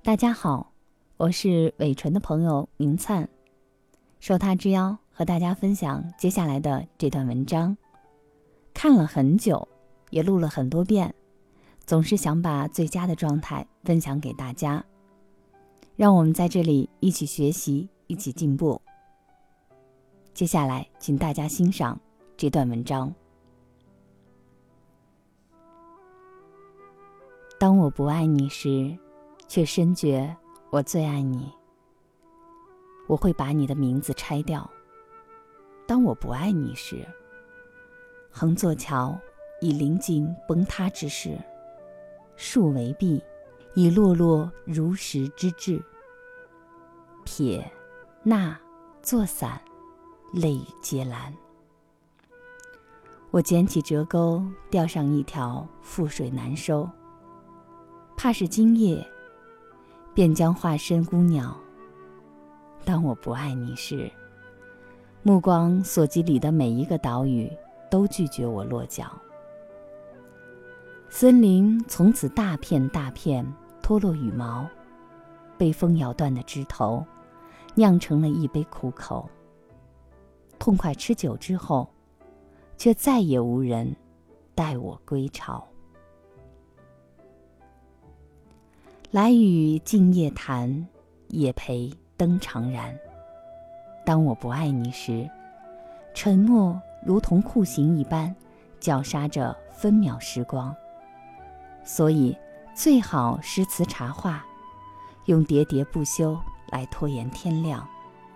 大家好，我是伪纯的朋友明灿，受他之邀和大家分享接下来的这段文章。看了很久，也录了很多遍，总是想把最佳的状态分享给大家，让我们在这里一起学习，一起进步。接下来请大家欣赏这段文章。当我不爱你时，却深觉我最爱你。我会把你的名字拆掉。当我不爱你时，横座桥已临近崩塌之势，树为壁，已落落如石之志。撇、捺、作伞，泪雨皆澜。我捡起折钩，钓上一条覆水难收，怕是今夜便将化身孤鸟。当我不爱你时，目光所及里的每一个岛屿都拒绝我落脚。森林从此大片大片脱落羽毛，被风咬断的枝头酿成了一杯苦口。痛快吃酒之后，却再也无人带我归巢。来与静夜谈，夜陪灯长燃。当我不爱你时，沉默如同酷刑一般绞杀着分秒时光。所以最好诗词茶话，用喋喋不休来拖延天亮。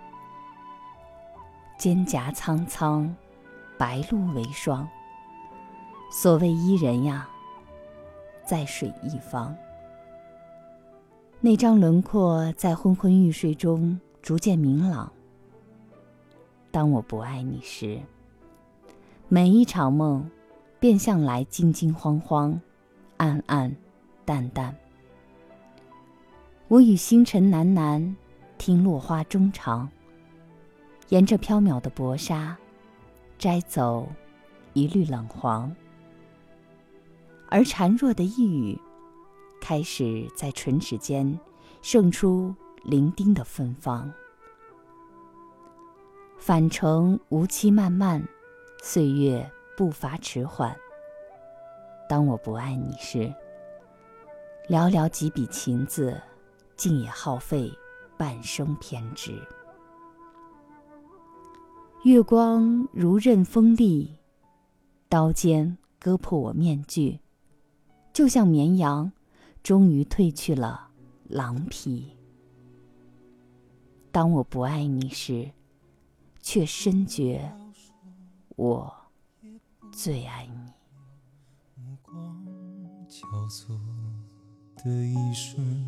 蒹葭苍苍，白露为霜。所谓伊人呀，在水一方。那张轮廓在昏昏欲睡中逐渐明朗。当我不爱你时，每一场梦便向来惊惊慌慌，暗暗淡淡。我与星辰喃喃，听落花衷肠，沿着飘渺的薄纱摘走一缕冷黄，而孱弱的一语开始在唇齿间生出伶仃的芬芳。返程无期漫漫，岁月步伐迟缓。当我不爱你时，寥寥几笔情字，竟也耗费半生偏执。月光如刃锋利，刀尖割破我面具，就像绵羊终于褪去了狼皮。当我不爱你时，却深觉我最爱你。 目光交错的一瞬，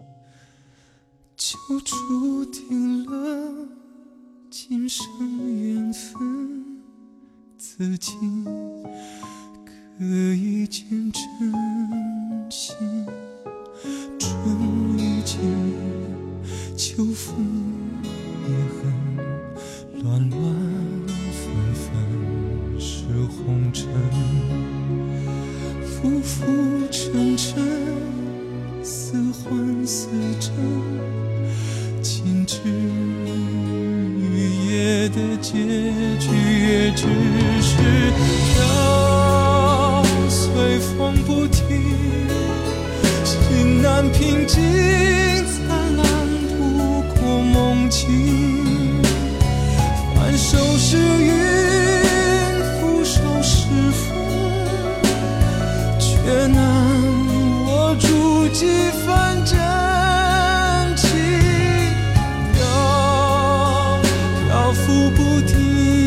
就注定了今生缘分，自己可以见真心。春雨今夜，秋风也恨，乱乱纷纷是红尘，浮浮沉沉，似幻似真，今至雨夜的结局，也只是飘随风不停，心难平静，灿烂度过梦境。反手是云，俯首是风，却难握住几分真情。漂浮不停，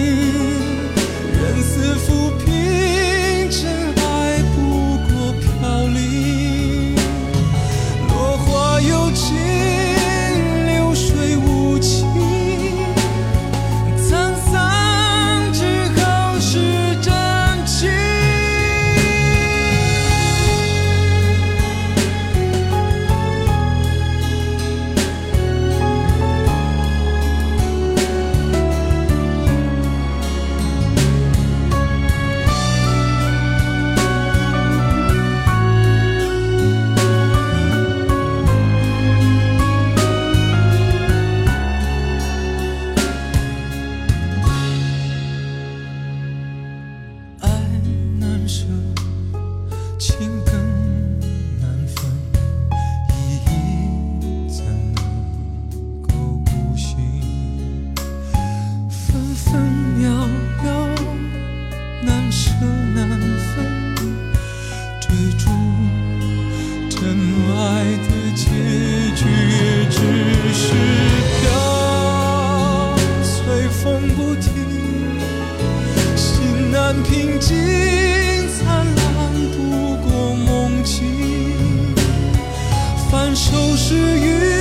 人似浮萍，真爱不过飘零。落花有情，流水无情，沧桑之后是真情。 结局也只是飘，随风不停，心难平静，灿烂度过梦境，反手是雨。